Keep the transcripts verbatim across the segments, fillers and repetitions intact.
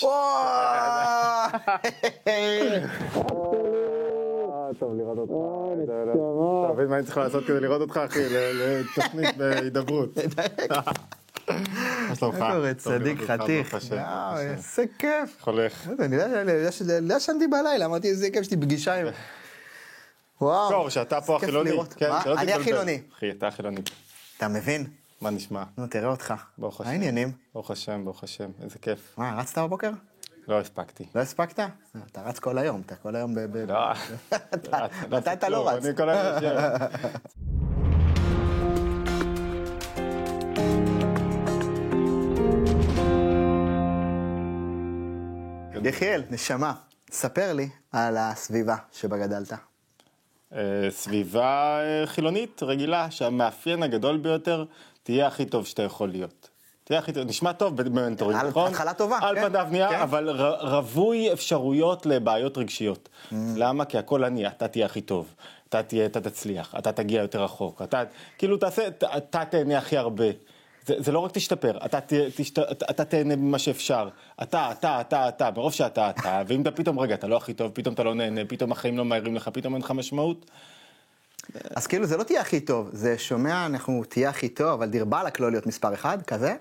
טוב, לראות אותך. אתה מבין מה אני צריך לעשות כדי לראות אותך, אחי? לתוכנית בהידברות. מה שלומך? מה קורה, צדיק, חתיך. איזה כיף. הולך. אני לא ישנתי בלילה, אמרתי, איזה כיף שלי פגישה עם... וואו. טוב, שאתה פה החילוני. אני החילוני. אחי, אתה החילוני. אתה מבין? מה נשמע? נו, תראה אותך. ברוך השם. העניינים? ברוך השם, ברוך השם. איזה כיף. מה, רצת בבוקר? לא הספקתי. לא הספקת? אתה רץ כל היום, אתה כל היום ב... לא. מתי אתה לא רץ? אני כל היום יושב. יחיאל, נשמה, ספר לי על הסביבה שבה גדלת. סביבה חילונית, רגילה, שהמאפיין הגדול ביותר תהיה הכי טוב שאתה יכול להיות. תהיה הכי טוב, נשמע טוב במנטורים, נכון? התחלה טובה. על פניו נהיה, אבל רווי אפשרויות לבעיות רגשיות. למה? כי הכל אני, אתה תהיה הכי טוב. אתה תהיה, אתה תצליח, אתה תגיע יותר רחוק. אתה, כאילו תעשה, אתה תהנה הכי הרבה. זה, זה לא רק תשתפר, אתה, תשת, אתה תהנה ממה שאפשר, אתה, אתה, אתה, אתה, ברוב שאתה, אתה, ואם אתה פתאום, רגע, אתה לא הכי טוב, פתאום אתה לא נהנה, פתאום החיים לא מהירים לך, פתאום אין לך משמעות. אז כאילו זה לא תהיה הכי טוב, זה שומע, אנחנו תהיה הכי טוב, אבל דיר באלק לא להיות מספר אחד, כזה?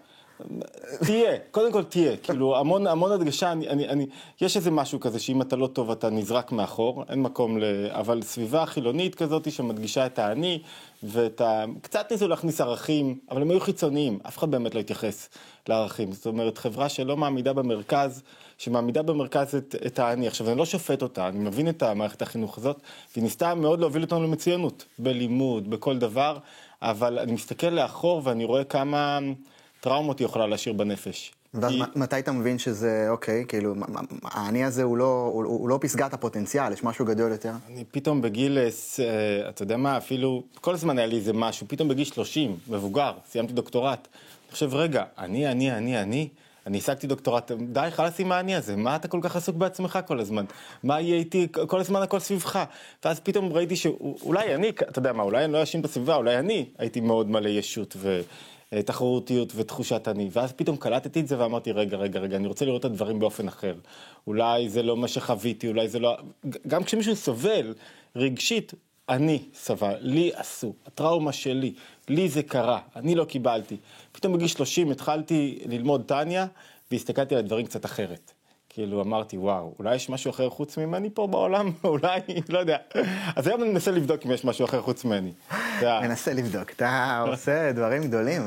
תהיה, קודם כל תהיה, כאילו המון, המון הדגשה, אני, אני, אני, יש איזה משהו כזה שאם אתה לא טוב אתה נזרק מאחור, אין מקום ל... אבל סביבה חילונית כזאת שמדגישה את האני, ואתה קצת ניסו להכניס ערכים, אבל הם היו חיצוניים, אף אחד באמת לא התייחס לערכים, זאת אומרת חברה שלא מעמידה במרכז, שמעמידה במרכז את, את האני, עכשיו אני לא שופט אותה, אני מבין את המערכת החינוך הזאת, והיא ניסתה מאוד להוביל אותנו למצוינות, בלימוד, בכל דבר, אבל אני מסתכל לאחור ואני רואה כמה... טראומות היא יכולה להשאיר בנפש. ואז כי... מתי אתה מבין שזה, אוקיי, כאילו, העני הזה הוא לא, הוא, הוא לא פסגת הפוטנציאל, יש משהו גדול יותר? אני פתאום בגיל, אתה יודע מה, אפילו, כל הזמן היה לי איזה משהו, פתאום בגיל שלושים, מבוגר, סיימתי דוקטורט. אני חושב, רגע, אני, אני, אני, אני, אני השגתי דוקטורט, די, חלס עם העני הזה, מה אתה כל כך עסוק בעצמך כל הזמן? מה יהיה איתי, כל הזמן הכל סביבך? ואז פתאום ראיתי שאולי אני, אתה יודע מה, אולי אני לא אשים את הסביבה, אולי אני הייתי מאוד מלא ישות ו... תחרותיות ותחושת אני, ואז פתאום קלטתי את זה ואמרתי, רגע, רגע, רגע, אני רוצה לראות את הדברים באופן אחר. אולי זה לא מה שחוויתי, אולי זה לא... גם כשמישהו סובל רגשית, אני סבל, לי עשו, הטראומה שלי, לי זה קרה, אני לא קיבלתי. פתאום בגיל שלושים התחלתי ללמוד טניה, והסתכלתי על הדברים קצת אחרת. כאילו אמרתי, וואו, אולי יש משהו אחר חוץ ממני פה בעולם, אולי, לא יודע. אז היום אני מנסה לבדוק אם יש משהו אחר חוץ ממני. מנסה לבדוק, אתה עושה דברים גדולים,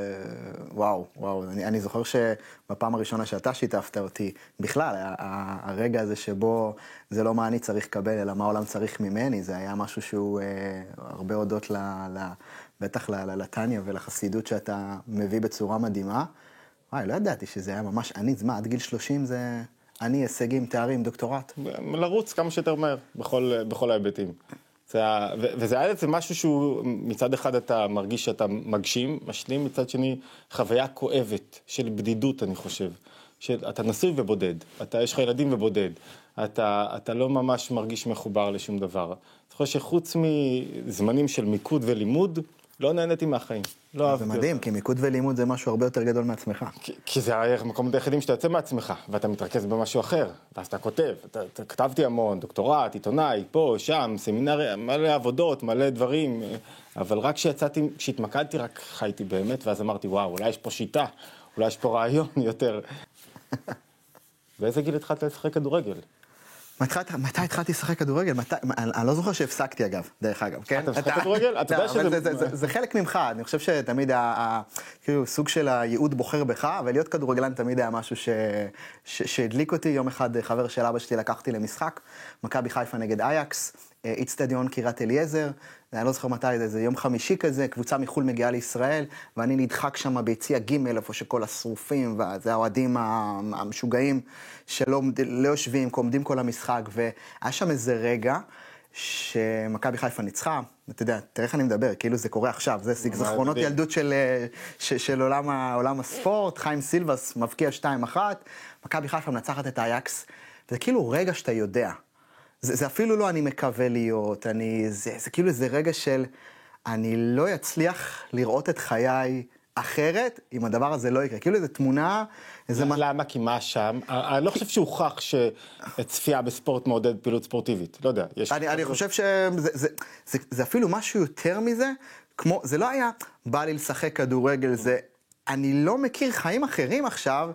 ווואו, וואו, אני, אני זוכר שבפעם הראשונה שאתה שיתפת אותי, בכלל, הרגע הזה שבו זה לא מה אני צריך לקבל, אלא מה העולם צריך ממני, זה היה משהו שהוא הרבה הודות ל, ל, בטח לטניה ולחסידות שאתה מביא בצורה מדהימה. וואי, לא ידעתי שזה היה ממש אני, מה, עד גיל שלושים זה אני, הישגים, תארים, דוקטורט. לרוץ כמה שיותר מהר, בכל, בכל ההיבטים. זה היה, ו, וזה היה זה משהו שהוא, מצד אחד אתה מרגיש שאתה מגשים, משלים, מצד שני, חוויה כואבת של בדידות, אני חושב. של, אתה נשוי ובודד, אתה, יש לך ילדים ובודד, אתה, אתה לא ממש מרגיש מחובר לשום דבר. אני חושב שחוץ מזמנים של מיקוד ולימוד, לא נהניתי מהחיים. לא זה מדהים, כי מיקוד ולימוד זה משהו הרבה יותר גדל מעצמך. כי, כי זה המקום היחידים שאתה יוצא מעצמך, ואתה מתרכז במשהו אחר, ואז אתה כותב, אתה, אתה כתבתי המון, דוקטורט, עיתונאי, פה, שם, סמינר, מלא עבודות, מלא דברים, אבל רק כשיצאתי, כשהתמקדתי, רק חייתי באמת, ואז אמרתי, וואו, אולי יש פה שיטה, אולי יש פה רעיון יותר. באיזה גיל התחלת לשחק כדורגל? מתי התחלתי לשחק כדורגל? אני לא זוכר שהפסקתי אגב, דרך אגב, כן? אתה משחק כדורגל? אתה יודע שזה... זה חלק ממך, אני חושב שתמיד כאילו סוג של הייעוד בוחר בך, ולהיות כדורגלן תמיד היה משהו שהדליק אותי. יום אחד חבר של אבא שלי לקחתי למשחק, מכבי חיפה נגד אייקס, איצטדיון קירת אליעזר, אני לא זוכר מתי, זה יום חמישי כזה, קבוצה מחול מגיעה לישראל, ואני נדחק שם ביציע ג' איפה שכל השרופים, וזה האוהדים המשוגעים שלא לא יושבים, עומדים כל המשחק, והיה שם איזה רגע שמכבי חיפה ניצחה, אתה יודע, תראה איך אני מדבר, כאילו זה קורה עכשיו, זה זכרונות ילדות של, של, של עולם, עולם הספורט, חיים סילבס מבקיע שתיים אחת, מכבי חיפה מנצחת את אייקס, וזה כאילו רגע שאתה יודע, זה, זה אפילו לא אני מקווה להיות, אני, זה, זה כאילו איזה רגע של, אני לא אצליח לראות את חיי אחרת, אם הדבר הזה לא יקרה. כאילו איזו תמונה, איזה... למה? כי מה שם? אני לא חושב שהוכח שצפייה בספורט מעודד פעילות ספורטיבית. לא יודע. אני חושב שזה אפילו משהו יותר מזה, כמו, זה לא היה, בא לי לשחק כדורגל, זה, אני לא מכיר חיים אחרים עכשיו,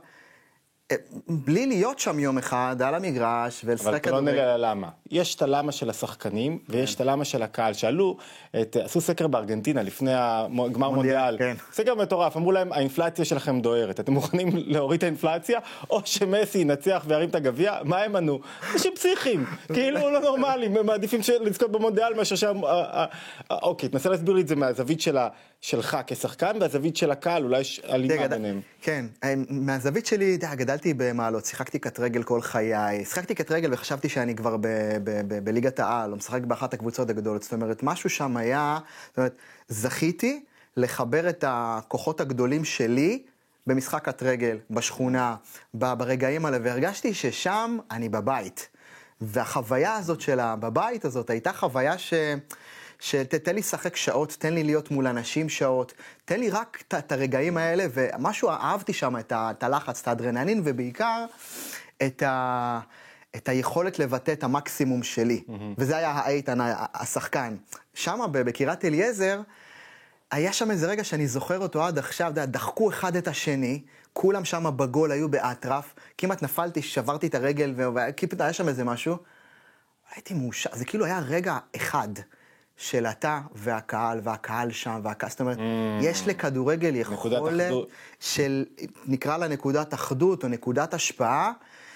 בלי להיות שם יום אחד על המגרש ולשחק כדורגל. אבל לא נראה למה. יש את הלמה של השחקנים ויש את הלמה של הקהל. שאלו, עשו סקר בארגנטינה לפני הגמר מונדיאל. סקר מטורף, אמרו להם, האינפלציה שלכם דוהרת. אתם מוכנים להוריד את האינפלציה? או שמסי ינצח וירים את הגביע? מה הם ענו? אנשים פסיכיים, כאילו לא נורמליים. הם מעדיפים לזכות במונדיאל מאשר שם... אוקיי, תנסה להסביר לי את זה מהזווית שלך כשחקן והזווית של הקהל, אולי הלימה ביניהם. כן, מהזווית שלי, גדלתי במעלות, שיחקתי כדורגל כל חיי, שיחקתי כדורגל וחשבתי שאני כבר בליגת העל, או משחק באחת הקבוצות הגדולות, זאת אומרת, משהו שם היה, זאת אומרת, זכיתי לחבר את הכוחות הגדולים שלי במשחק כדורגל, בשכונה, ברגעים האלה, והרגשתי ששם אני בבית. והחוויה הזאת שלה, בבית הזאת, הייתה חוויה ש... שתתן לי לשחק שעות, תן לי להיות מול אנשים שעות, תן לי רק את הרגעים האלה, ומשהו אהבתי שם, את הלחץ, את האדרנלין, ובעיקר את, ה, את היכולת לבטא את המקסימום שלי. Mm-hmm. וזה היה האיתן, השחקן. שם, בקירת אליעזר, היה שם איזה רגע שאני זוכר אותו עד עכשיו, דחקו אחד את השני, כולם שם בגול היו באטרף, כמעט נפלתי, שברתי את הרגל, וכמעט היה שם איזה משהו. הייתי מאושר, זה כאילו היה רגע אחד. של אתה והקהל, והקהל שם, והקהל, זאת אומרת, mm. יש לכדורגל יכולת של, נקרא לה נקודת אחדות, או נקודת השפעה,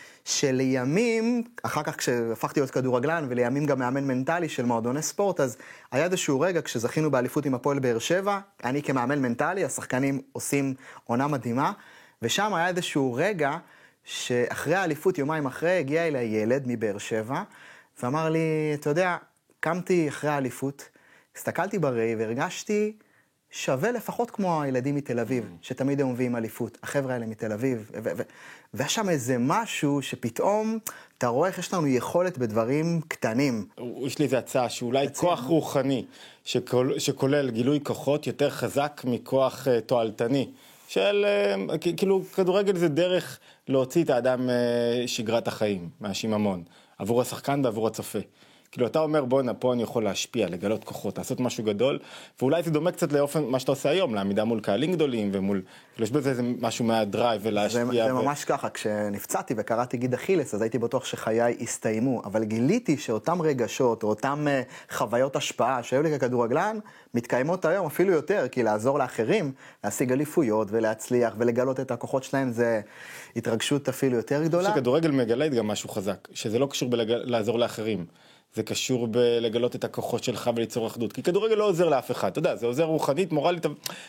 שלימים, אחר כך כשהפכתי להיות כדורגלן, ולימים גם מאמן מנטלי של מועדוני ספורט, אז היה איזשהו רגע, כשזכינו באליפות עם הפועל באר שבע, אני כמאמן מנטלי, השחקנים עושים עונה מדהימה, ושם היה איזשהו רגע, שאחרי האליפות, יומיים אחרי, הגיע אליי ילד מבאר שבע, ואמר לי, אתה יודע, קמתי אחרי האליפות, הסתכלתי בראי והרגשתי שווה לפחות כמו הילדים מתל אביב, שתמיד הם מביאים אליפות, החבר'ה האלה מתל אביב, והיה שם איזה משהו שפתאום אתה רואה איך יש לנו יכולת בדברים קטנים. יש לי איזו הצעה שאולי כוח רוחני, שכולל גילוי כוחות יותר חזק מכוח תועלתני, של כאילו כדורגל זה דרך להוציא את האדם שגרת החיים מהשיממון, עבור השחקן ועבור הצופה. כאילו אתה אומר בוא, פה אני יכול להשפיע, לגלות כוחות, לעשות משהו גדול, ואולי זה דומה קצת לאופן מה שאתה עושה היום, לעמידה מול קהלים גדולים, ומול, כאילו יש בזה איזה משהו מהדרייב ולהשפיע. זה, זה ו... ממש ככה, כשנפצעתי וקראתי גיד אכילס, אז הייתי בטוח שחיי הסתיימו, אבל גיליתי שאותם רגשות, או אותם uh, חוויות השפעה שהיו לי ככדורגלן, מתקיימות היום אפילו יותר, כי לעזור לאחרים, להשיג אליפויות ולהצליח ולגלות את הכוחות שלהם, זה התרגשות אפילו יותר גדולה. שכדורגל מגלה גם משהו חזק, שזה לא קשור בלעזור לאחרים. זה קשור בלגלות את הכוחות שלך וליצור אחדות, כי כדורגל לא עוזר לאף אחד, אתה יודע, זה עוזר רוחנית, מורלית,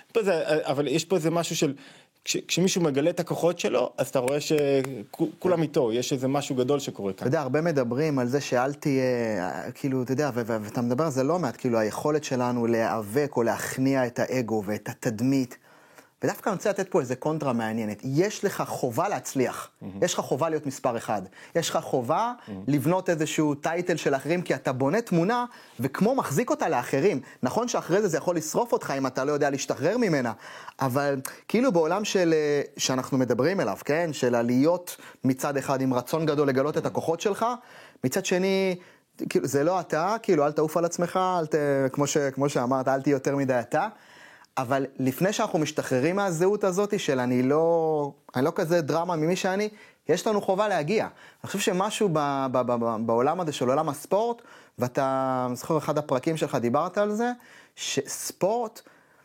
אבל יש פה איזה משהו של, כש, כשמישהו מגלה את הכוחות שלו, אז אתה רואה שכולם איתו, יש איזה משהו גדול שקורה כאן. אתה יודע, הרבה מדברים על זה שאל תהיה, כאילו, אתה יודע, ואתה מדבר על זה לא מעט, כאילו, היכולת שלנו להיאבק או להכניע את האגו ואת התדמית, ודווקא אני רוצה לתת פה איזה קונטרה מעניינת. יש לך חובה להצליח. Mm-hmm. יש לך חובה להיות מספר אחד. יש לך חובה mm-hmm. לבנות איזשהו טייטל של אחרים, כי אתה בונה תמונה, וכמו מחזיק אותה לאחרים. נכון שאחרי זה זה יכול לשרוף אותך אם אתה לא יודע להשתחרר ממנה, אבל כאילו בעולם של, שאנחנו מדברים אליו, כן? של להיות מצד אחד עם רצון גדול לגלות mm-hmm. את הכוחות שלך, מצד שני, כאילו, זה לא אתה, כאילו, אל תעוף על עצמך, אל ת, כמו, ש, כמו שאמרת, אל תהיה יותר מדי אתה. אבל לפני שאנחנו משתחררים מהזהות הזאת של אני לא, אני לא כזה דרמה ממי שאני, יש לנו חובה להגיע. אני חושב שמשהו ב, ב, ב, ב, בעולם הזה של עולם הספורט, ואתה זוכר אחד הפרקים שלך דיברת על זה, שספורט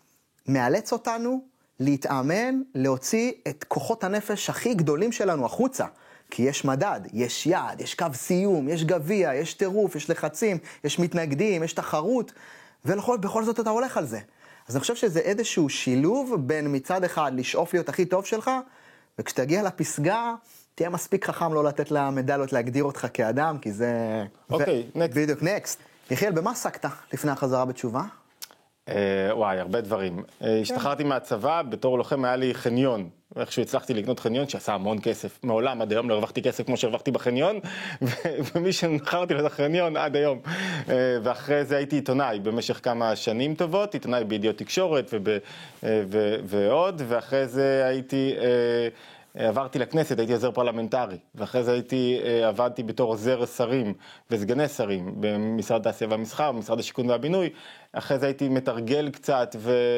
מאלץ אותנו להתאמן, להוציא את כוחות הנפש הכי גדולים שלנו החוצה. כי יש מדד, יש יעד, יש קו סיום, יש גביע, יש טירוף, יש לחצים, יש מתנגדים, יש תחרות, ובכל זאת אתה הולך על זה. אז אני חושב שזה איזשהו שילוב בין מצד אחד לשאוף להיות הכי טוב שלך, וכשתגיע לפסגה, תהיה מספיק חכם לא לתת למדליות להגדיר אותך כאדם, כי זה... אוקיי, נקסט. בדיוק, נקסט. יחיאל, במה עסקת לפני החזרה בתשובה? וואי, הרבה דברים. השתחררתי מהצבא, בתור לוחם היה לי חניון, איכשהו הצלחתי לקנות חניון שעשה המון כסף. מעולם, עד היום לא הרווחתי כסף כמו שהרווחתי בחניון, ומי שמכרתי לו את החניון עד היום. ואחרי זה הייתי עיתונאי במשך כמה שנים טובות, עיתונאי בידיעות תקשורת ועוד, ואחרי זה הייתי... עברתי לכנסת, הייתי עוזר פרלמנטרי, ואחרי זה הייתי, עבדתי בתור עוזר שרים וסגני שרים במשרד התעשייה והמסחר, במשרד השיכון והבינוי, אחרי זה הייתי מתרגל קצת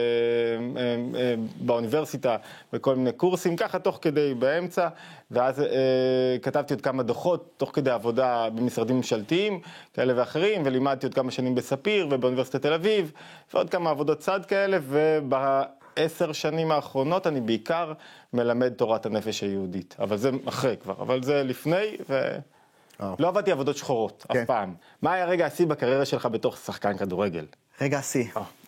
באוניברסיטה בכל מיני קורסים, ככה תוך כדי באמצע, ואז כתבתי עוד כמה דוחות תוך כדי עבודה במשרדים ממשלתיים כאלה ואחרים, ולימדתי עוד כמה שנים בספיר ובאוניברסיטת תל אביב, ועוד כמה עבודות צד כאלה, וב... עשר שנים האחרונות אני בעיקר מלמד תורת הנפש היהודית, אבל זה אחרי כבר, אבל זה לפני, ולא עבדתי עבודות שחורות, אף פעם. מה היה רגע השיא בקריירה שלך בתוך שחקן כדורגל? רגע השיא.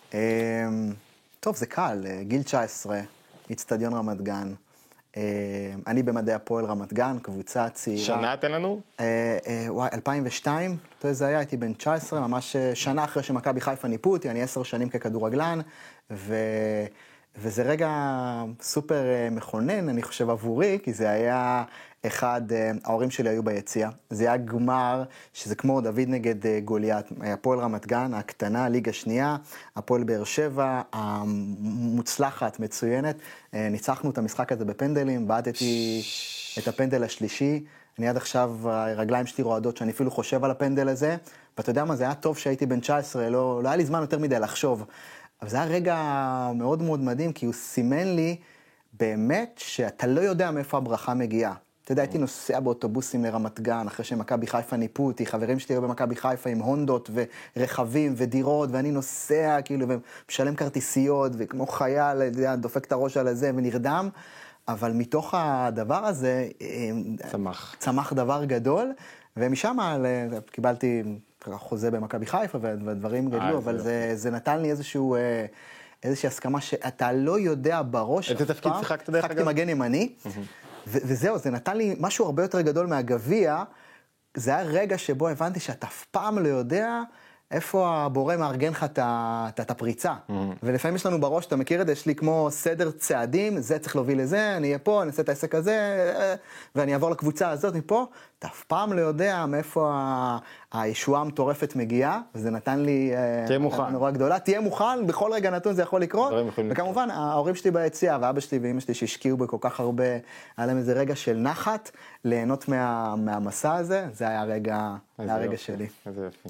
טוב, זה קל, גיל תשע עשרה, אצטדיון רמת גן. אני במדעי הפועל רמת גן, קבוצה צעירה. שנה תן לנו? וואי, אלפיים ושתיים, זה היה, הייתי בן תשע עשרה, ממש שנה אחרי שמכבי חיפה ניפו אותי, אני עשר שנים ככדורגלן, ו... וזה רגע סופר מכונן, אני חושב, עבורי, כי זה היה אחד, ההורים שלי היו ביציאה. זה היה גמר, שזה כמו דוד נגד גוליית, הפועל רמת גן, הקטנה, ליגה שנייה, הפועל באר שבע, המוצלחת, מצוינת. ניצחנו את המשחק הזה בפנדלים, בעטתי את הפנדל השלישי. אני עד עכשיו, הרגליים שלי רועדות שאני אפילו חושב על הפנדל הזה. ואתה יודע מה, זה היה טוב שהייתי בן תשע עשרה, לא, לא היה לי זמן יותר מדי לחשוב. אבל זה היה רגע מאוד מאוד מדהים, כי הוא סימן לי באמת שאתה לא יודע מאיפה הברכה מגיעה. אתה יודע, הייתי נוסע באוטובוסים לרמת גן, אחרי שמכבי חיפה ניפו אותי, חברים שלי היו במכבי חיפה עם הונדות ורכבים ודירות, ואני נוסע כאילו ומשלם כרטיסיות, וכמו חייל, דופק את הראש על הזה ונרדם, אבל מתוך הדבר הזה צמח, צמח דבר גדול, ומשם קיבלתי חוזה במכבי חיפה והדברים גדלו, אבל זה, זה נתן לי איזשהו, איזושהי הסכמה שאתה לא יודע בראש. איזה תפקיד שיחקת דרך אגב? שיחקתי מגן ימני, וזהו, זה נתן לי משהו הרבה יותר גדול מהגביע. זה היה רגע שבו הבנתי שאתה אף פעם לא יודע איפה הבורא מארגן לך את הפריצה. ולפעמים יש לנו בראש, אתה מכיר את זה, יש לי כמו סדר צעדים, זה צריך להוביל לזה, אני אהיה פה, אני אעשה את העסק הזה, ואני אעבור לקבוצה הזאת מפה. אתה אף פעם לא יודע מאיפה הישועה המטורפת מגיעה, וזה נתן לי נורא גדולה. תהיה מוכן, בכל רגע נתון זה יכול לקרות. וכמובן, ההורים שלי ביציאה, ואבא שלי ואמא שלי שהשקיעו בכל כך הרבה, היה להם איזה רגע של נחת, ליהנות מהמסע הזה, זה היה הרגע שלי. איזה יפי.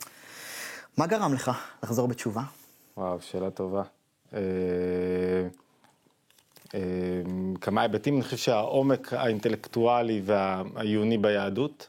מה גרם לך לחזור בתשובה? וואו, שאלה טובה. כמה היבטים, אני חושב שהעומק האינטלקטואלי והעיוני ביהדות,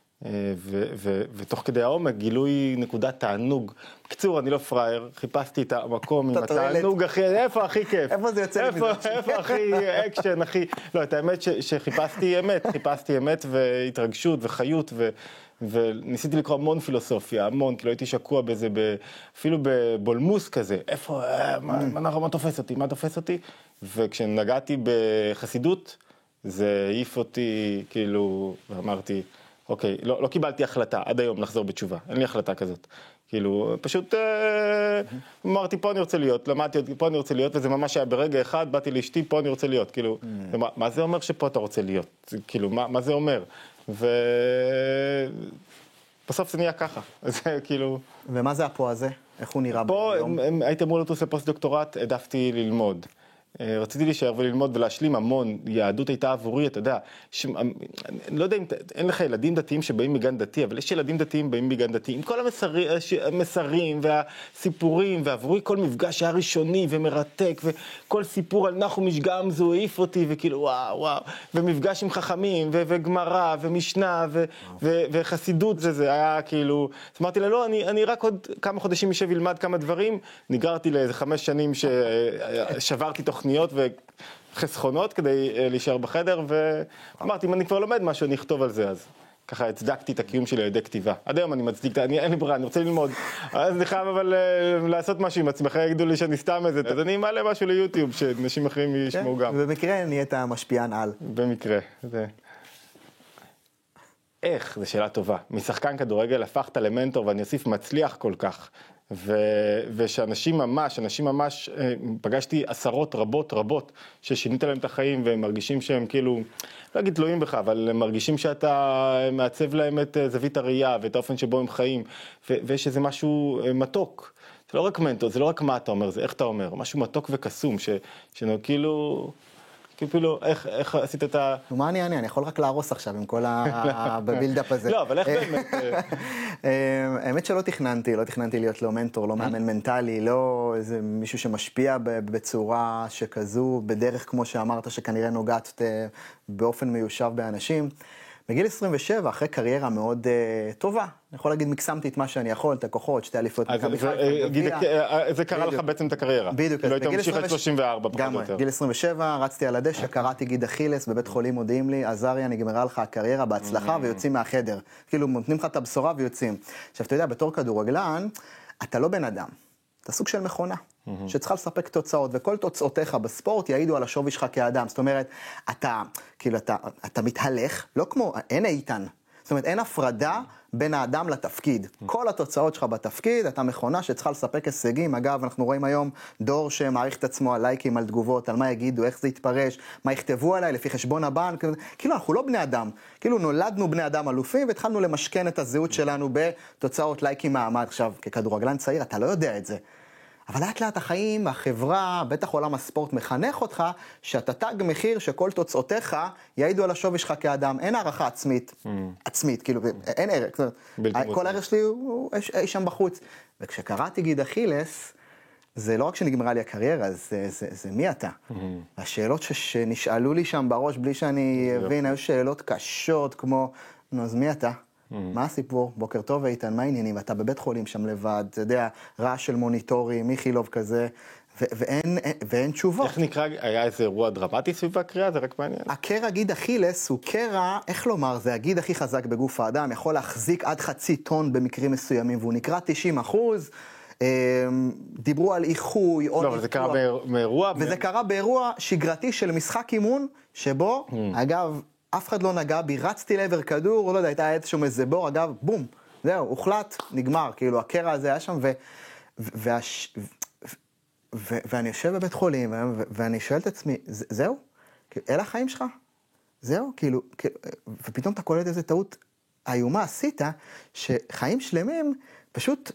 ותוך כדי העומק גילוי נקודת תענוג. בקיצור, אני לא פראייר, חיפשתי את המקום עם התענוג הכי, איפה הכי כיף? איפה זה יוצא לי? איפה הכי אקשן, הכי... לא, את האמת שחיפשתי אמת, חיפשתי אמת והתרגשות וחיות ו... וניסיתי לקרוא המון פילוסופיה, המון, כאילו הייתי שקוע בזה, אפילו בבולמוס כזה, איפה, מה, מה, מה תופס אותי, מה תופס אותי? וכשנגעתי בחסידות, זה העיף אותי, כאילו, ואמרתי, אוקיי, לא, לא קיבלתי החלטה עד היום לחזור בתשובה, אין לי החלטה כזאת. כאילו, פשוט אמרתי, פה אני רוצה להיות, למדתי, פה אני רוצה להיות, וזה ממש היה ברגע אחד, באתי לאשתי, פה אני רוצה להיות, כאילו, מה זה אומר שפה אתה רוצה להיות? כאילו, מה, מה זה אומר? ובסוף זה נהיה ככה, זה כאילו... ומה זה הפה הזה? איך הוא נראה פה ביום? הייתי אמור לטוס לפוסט דוקטורט, העדפתי ללמוד. רציתי להישאר וללמוד ולהשלים המון, יהדות הייתה עבורי, אתה יודע, ש... אני לא יודע אם אין לך ילדים דתיים שבאים מגן דתי, אבל יש ילדים דתיים באים מגן דתי, עם כל המסרים, המסרים והסיפורים, ועבורי כל מפגש היה ראשוני ומרתק, וכל סיפור על נחום איש גמזו העיף אותי, וכאילו וואו וואו, ומפגש עם חכמים, ו- וגמרא, ומשנה, ו- ו- וחסידות, זה, זה היה כאילו, אז אמרתי לה, לא, אני, אני רק עוד כמה חודשים יושב ילמד כמה דברים, נגררתי לאיזה חמש שנים ששברתי תוכניות וחסכונות כדי להישאר בחדר, ואמרתי, אם אני כבר לומד משהו, אני אכתוב על זה, אז ככה הצדקתי את הקיום שלי על ידי כתיבה. עד היום אני מצדיק, אני, אין לי ברירה, אני רוצה ללמוד, אז אני חייב אבל לעשות משהו עם עצמך, יגידו לי שאני סתם איזה, אז אני מעלה משהו ליוטיוב, שאנשים אחרים ישמעו גם. ובמקרה נהיית משפיען על. במקרה, זה... איך? זו שאלה טובה. משחקן כדורגל הפכת למנטור, ואני אוסיף מצליח כל כך. ו, ושאנשים ממש, אנשים ממש, פגשתי עשרות רבות רבות ששינית להם את החיים והם מרגישים שהם כאילו, לא אגיד תלויים בך, אבל הם מרגישים שאתה מעצב להם את זווית הראייה ואת האופן שבו הם חיים, ו, ויש איזה משהו מתוק. זה לא רק מנטור, זה לא רק מה אתה אומר, זה איך אתה אומר, משהו מתוק וקסום, ש, שכאילו, כאילו, איך, איך עשית את ה... מה אני אני? אני יכול רק להרוס עכשיו עם כל הבילדאפ הזה. לא, אבל איך באמת? האמת שלא תכננתי, לא תכננתי להיות לא מנטור, לא מאמן מנטלי, לא איזה מישהו שמשפיע בצורה שכזו, בדרך כמו שאמרת, שכנראה נוגעת באופן מיושב באנשים. בגיל עשרים ושבע, אחרי קריירה מאוד uh, טובה, אני יכול להגיד, מקסמתי את מה שאני יכול, את הכוחות, שתי אליפות. זה קרה לך בעצם את הקריירה. בדיוק. לא היית ממשיך עד שלושים וארבע פחות או יותר. גיל עשרים ושבע, רצתי על הדשא, קראתי גיד אכילס, בבית חולים מודיעים לי, עזריה, נגמרה לך הקריירה בהצלחה, ויוצאים מהחדר. כאילו, נותנים לך את הבשורה ויוצאים. עכשיו, אתה יודע, בתור כדורגלן, אתה לא בן אדם. אתה סוג של מכונה, שצריכה לספק תוצאות, וכל תוצאותיך בספורט יעידו על השווי שלך כאדם. זאת אומרת, אתה, כאילו, אתה, אתה מתהלך, לא כמו, אין איתן. זאת אומרת, אין הפרדה בין האדם לתפקיד. כל התוצאות שלך בתפקיד, אתה מכונה שצריכה לספק הישגים. אגב, אנחנו רואים היום דור שמעריך את עצמו על לייקים, על תגובות, על מה יגידו, איך זה יתפרש, מה יכתבו עליי, לפי חשבון הבנק. כאילו, אנחנו לא בני אדם. כאילו, נולדנו בני אדם אלופים, והתחלנו למשכן את הזהות שלנו בתוצאות לייקים מעמד. עכשיו, ככדורגלן צעיר, אתה לא יודע את זה. אבל לאט לאט החיים, החברה, בטח עולם הספורט מחנך אותך, שאתה תג מחיר שכל תוצאותיך יעידו על השווי שלך כאדם. אין הערכה עצמית, mm. עצמית, כאילו, אין ערך. כל הערך שלי הוא אי שם בחוץ. וכשקראתי גיד אכילס, זה לא רק שנגמרה לי הקריירה, זה, זה, זה מי אתה. Mm-hmm. השאלות ש, שנשאלו לי שם בראש, בלי שאני אבין, היו שאלות קשות, כמו, נו, אז מי אתה? Mm-hmm. מה הסיפור? בוקר טוב איתן, מה העניינים? אתה בבית חולים שם לבד, אתה יודע, רעש של מוניטורים, מיכילוב כזה, ו- ואין, ואין תשובות. איך נקרא, היה איזה אירוע דרמטי סביב הקריאה? זה רק מעניין. הקרע גיד אכילס הוא קרע, איך לומר, זה הגיד הכי חזק בגוף האדם, יכול להחזיק עד חצי טון במקרים מסוימים, והוא נקרא תשעים אחוז, דיברו על איחוי, לא, אבל זה קרה באירוע... וזה קרה באירוע שגרתי של משחק אימון, שבו, אגב, אף אחד לא נגע בי, רצתי לעבר כדור, לא יודע, הייתה איזשהו איזה בור, אגב, בום, זהו, הוחלט, נגמר, כאילו, הקרע הזה היה שם, ו... והש... ו... ואני יושב בבית חולים, ואני שואל את עצמי, זהו? אלה החיים שלך? זהו? כאילו, ופתאום אתה קולט איזה טעות איומה עשית, שחיים שלמים, פשוט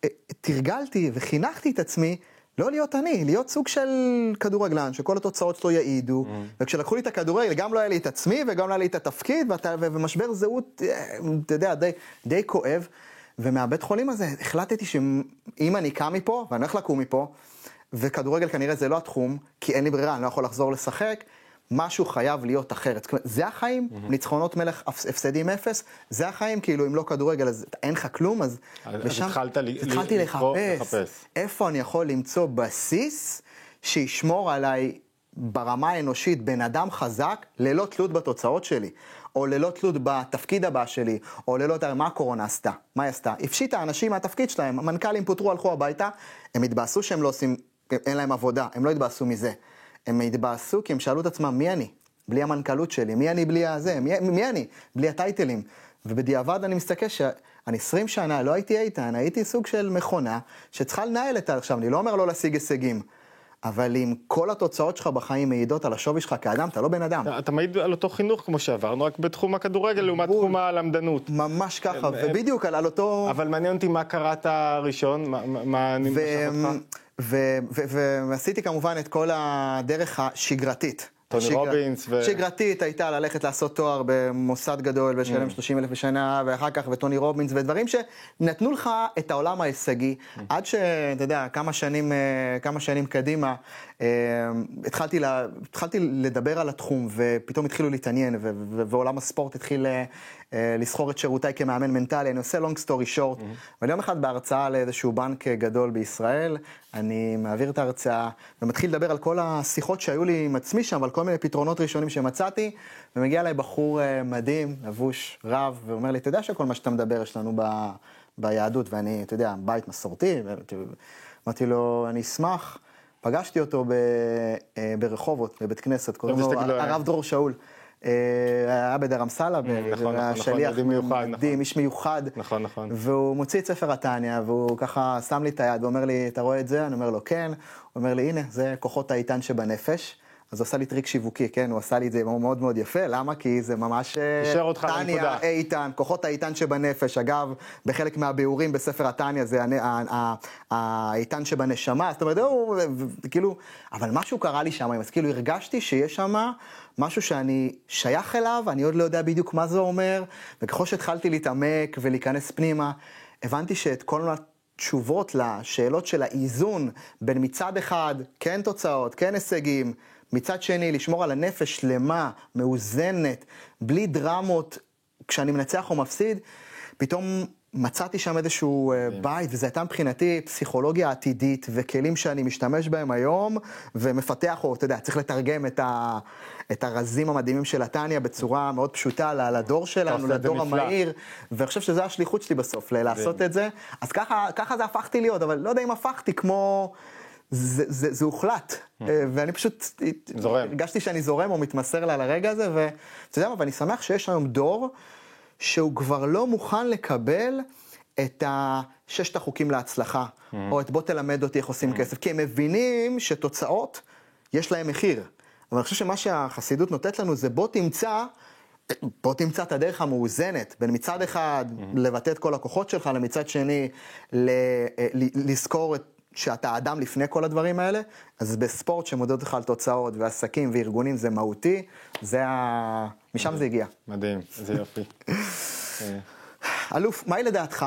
תרגלתי וחינכתי את עצמי, לא להיות אני, להיות סוג של כדורגלן, שכל התוצאות שלו יעידו, mm. וכשלקחו לי את הכדורגל, גם לא היה לי את עצמי, וגם לא היה לי את התפקיד, ואתה, ומשבר זהות, אתה יודע, די, די כואב, ומהבית חולים הזה החלטתי שאם אני קם מפה, ואני הולך לקום מפה, וכדורגל כנראה זה לא התחום, כי אין לי ברירה, אני לא יכול לחזור לשחק, משהו חייב להיות אחרת. זה החיים, mm-hmm. ניצחונות מלך, הפסדים אפס, זה החיים, כאילו אם לא כדורגל, אז אין לך כלום, אז... אז ושם, התחלת לי, התחלתי לי, לחפש, לחפש, איפה אני יכול למצוא בסיס, שישמור עליי ברמה האנושית, בן אדם חזק, ללא תלות בתוצאות שלי, או ללא תלות בתפקיד הבא שלי, או ללא תלות, מה הקורונה עשתה? מה היא עשתה? הפשיטה האנשים מהתפקיד שלהם, המנכ"לים פוטרו, הלכו הביתה, הם התבאסו שהם לא עושים, אין להם עבודה, הם לא התבאסו מזה. הם התבאסו כי הם שאלו את עצמם, מי אני? בלי המנכ"לות שלי, מי אני בלי הזה? מי, מי אני? בלי הטייטלים. ובדיעבד אני מסתכל שאני עשרים שנה לא הייתי איתן, הייתי סוג של מכונה שצריכה לנהל את עכשיו, אני לא אומר לא להשיג הישגים, אבל אם כל התוצאות שלך בחיים מעידות על השווי שלך כאדם, אתה לא בן אדם. אתה, אתה מעיד על אותו חינוך כמו שעברנו, רק בתחום הכדורגל, לעומת תחום הלמדנות. ממש ככה, ובדיוק על, על אותו... אבל מעניין אותי מה קראת ראשון, מה, מה אני משך אותך? ועשיתי כמובן את כל הדרך השגרתית. טוני שגר... רובינס ו... שגרתית הייתה ללכת לעשות תואר במוסד גדול ולשלם mm. שלושים אלף בשנה, ואחר כך וטוני רובינס, ודברים שנתנו לך את העולם ההישגי, mm. עד שאתה יודע, כמה שנים, כמה שנים קדימה, התחלתי, לה... התחלתי לדבר על התחום, ופתאום התחילו להתעניין, ו... ו... ועולם הספורט התחיל לסחור את שירותיי כמאמן מנטלי, אני עושה long story short, mm-hmm. ויום אחד בהרצאה לאיזשהו בנק גדול בישראל, אני מעביר את ההרצאה, ומתחיל לדבר על כל השיחות שהיו לי עם עצמי שם, על כל מיני פתרונות ראשונים שמצאתי, ומגיע אליי בחור מדהים, לבוש, רב, ואומר לי, אתה יודע שכל מה שאתה מדבר יש לנו ב... ביהדות, ואני, אתה יודע, בית מסורתי, ואמרתי לו, אני אשמח, פגשתי אותו ב... ברחובות, בבית כנסת, קוראים לו הרב דרור שאול, היה בדרם סלאברי, נכון, נכון, נכון, מיוחד, מדהים, איש מיוחד. נכון, נכון. והוא מוציא את ספר התניא, והוא ככה שם לי את היד, ואומר לי, אתה רואה את זה? אני אומר לו, כן. הוא אומר לי, הנה, זה כוחות האיתן שבנפש. אז הוא עשה לי טריק שיווקי, כן? הוא עשה לי את זה מאוד מאוד יפה. למה? כי זה ממש תניא, איתן, כוחות האיתן שבנפש. אגב, בחלק מהביאורים בספר התניא זה האיתן שבנשמה. זאת אומרת, הוא, כאילו, אבל משהו קרה לי שם, אז כאילו הרגשתי שיש שם משהו שאני שייך אליו, אני עוד לא יודע בדיוק מה זה אומר, וככל שהתחלתי להתעמק ולהיכנס פנימה, הבנתי שאת כל התשובות לשאלות של האיזון בין מצד אחד, כן תוצאות, כן הישגים, מצד שני, לשמור על הנפש שלמה, מאוזנת, בלי דרמות, כשאני מנצח או מפסיד, פתאום מצאתי שם איזשהו בית, וזה הייתה מבחינתי פסיכולוגיה עתידית, וכלים שאני משתמש בהם היום, ומפתח, או אתה יודע, צריך לתרגם את, ה, את הרזים המדהימים של התניא בצורה מאוד פשוטה לדור שלנו, לדור המהיר, ואני חושב שזו השליחות שלי בסוף, לעשות את זה. אז ככה, ככה זה הפכתי להיות, אבל לא יודע אם הפכתי כמו... זה, זה, זה הוחלט, ואני פשוט זורם. הרגשתי שאני זורם או מתמסר לה לרגע הזה, ואתה יודע מה, ואני שמח שיש היום דור שהוא כבר לא מוכן לקבל את ששת החוקים להצלחה, או את בוא תלמד אותי איך עושים כסף, כי הם מבינים שתוצאות יש להם מחיר. אבל אני חושב שמה שהחסידות נותנת לנו זה בוא תמצא, בוא תמצא את הדרך המאוזנת, בין מצד אחד לבטא את כל הכוחות שלך, למצד שני לזכור את שאתה אדם לפני כל הדברים האלה, אז בספורט שמודד לך על תוצאות ועסקים וארגונים זה מהותי, זה ה... משם זה הגיע. מדהים, זה יופי. אלוף, מהי לדעתך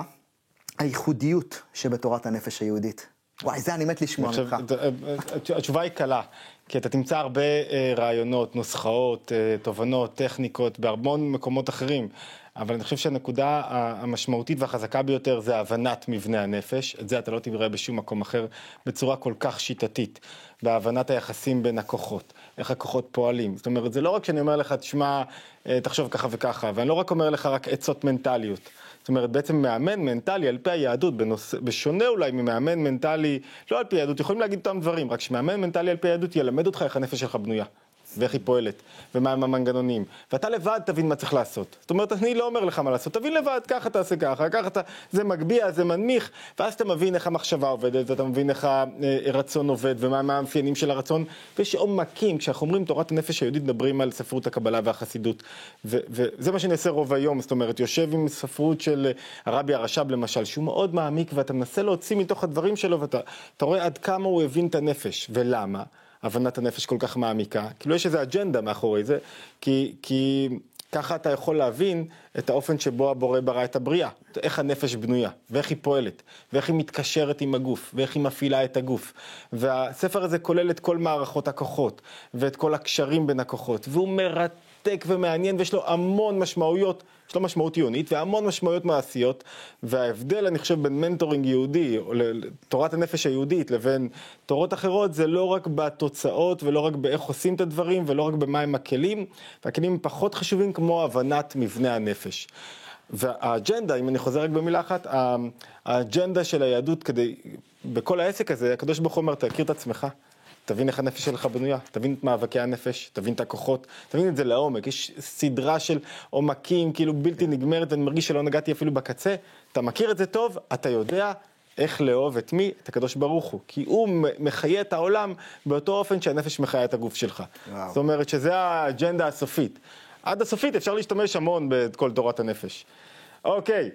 הייחודיות שבתורת הנפש היהודית? וואי, זה אני מת לשמוע ממך. התשובה היא קלה, כי אתה תמצא הרבה רעיונות, נוסחאות, תובנות, טכניקות, בהרמון מקומות אחרים. אבל אני חושב שהנקודה המשמעותית והחזקה ביותר זה הבנת מבנה הנפש. את זה אתה לא תראה בשום מקום אחר בצורה כל כך שיטתית. בהבנת היחסים בין הכוחות, איך הכוחות פועלים. זאת אומרת, זה לא רק שאני אומר לך, תשמע, תחשוב ככה וככה, ואני לא רק אומר לך רק עצות מנטליות. זאת אומרת, בעצם מאמן מנטלי על פי היהדות, בנוס... בשונה אולי ממאמן מנטלי, לא על פי היהדות, יכולים להגיד אותם דברים, רק שמאמן מנטלי על פי היהדות ילמד אותך איך הנפש שלך בנויה. ואיך היא פועלת, ומה הם המנגנונים. ואתה לבד תבין מה צריך לעשות. זאת אומרת, אני לא אומר לך מה לעשות, תבין לבד, ככה תעשה ככה, ככה אתה, זה מגביע, זה מנמיך, ואז אתה מבין איך המחשבה עובדת, ואתה מבין איך הרצון עובד, ומה המאפיינים של הרצון, ויש עומקים, כשאנחנו אומרים תורת הנפש היהודית, מדברים על ספרות הקבלה והחסידות, ו- וזה מה שאני אעשה רוב היום, זאת אומרת, יושב עם ספרות של הרבי הרש"ב למשל, שהוא מאוד מעמיק, ואתה מנסה להוציא מתוך הדברים שלו, ואתה אתה רואה עד כמה הוא הבין את הנפש, ולמה? הבנת הנפש כל כך מעמיקה, כאילו יש איזו אג'נדה מאחורי זה, כי, כי ככה אתה יכול להבין את האופן שבו הבורא ברא את הבריאה, איך הנפש בנויה, ואיך היא פועלת, ואיך היא מתקשרת עם הגוף, ואיך היא מפעילה את הגוף. והספר הזה כולל את כל מערכות הכוחות, ואת כל הקשרים בין הכוחות, והוא מרתק ומעניין, ויש לו המון משמעויות, יש לו משמעות עיונית, והמון משמעויות מעשיות, וההבדל, אני חושב, בין מנטורינג יהודי, או תורת הנפש היהודית, לבין תורות אחרות, זה לא רק בתוצאות, ולא רק באיך עושים את הדברים, ולא רק במה הם הכלים, והכלים הם פחות חשובים כמו הבנת מבנה הנפש. והאג'נדה, אם אני חוזר רק במילה אחת, האג'נדה של היהדות כדי, בכל העסק הזה, הקדוש ברוך הוא אומר, תכיר את עצמך, תבין איך הנפש שלך בנויה, תבין את מאבקי הנפש, תבין את הכוחות, תבין את זה לעומק, יש סדרה של עומקים, כאילו בלתי נגמרת, אני מרגיש שלא נגעתי אפילו בקצה, אתה מכיר את זה טוב, אתה יודע איך לאהוב את מי? את הקדוש ברוך הוא, כי הוא מחיה את העולם באותו אופן שהנפש מחיה את הגוף שלך. וואו. זאת אומרת שזה האג'נדה הסופית. עד הסופית אפשר להשתמש המון בכל תורת הנפש. אוקיי,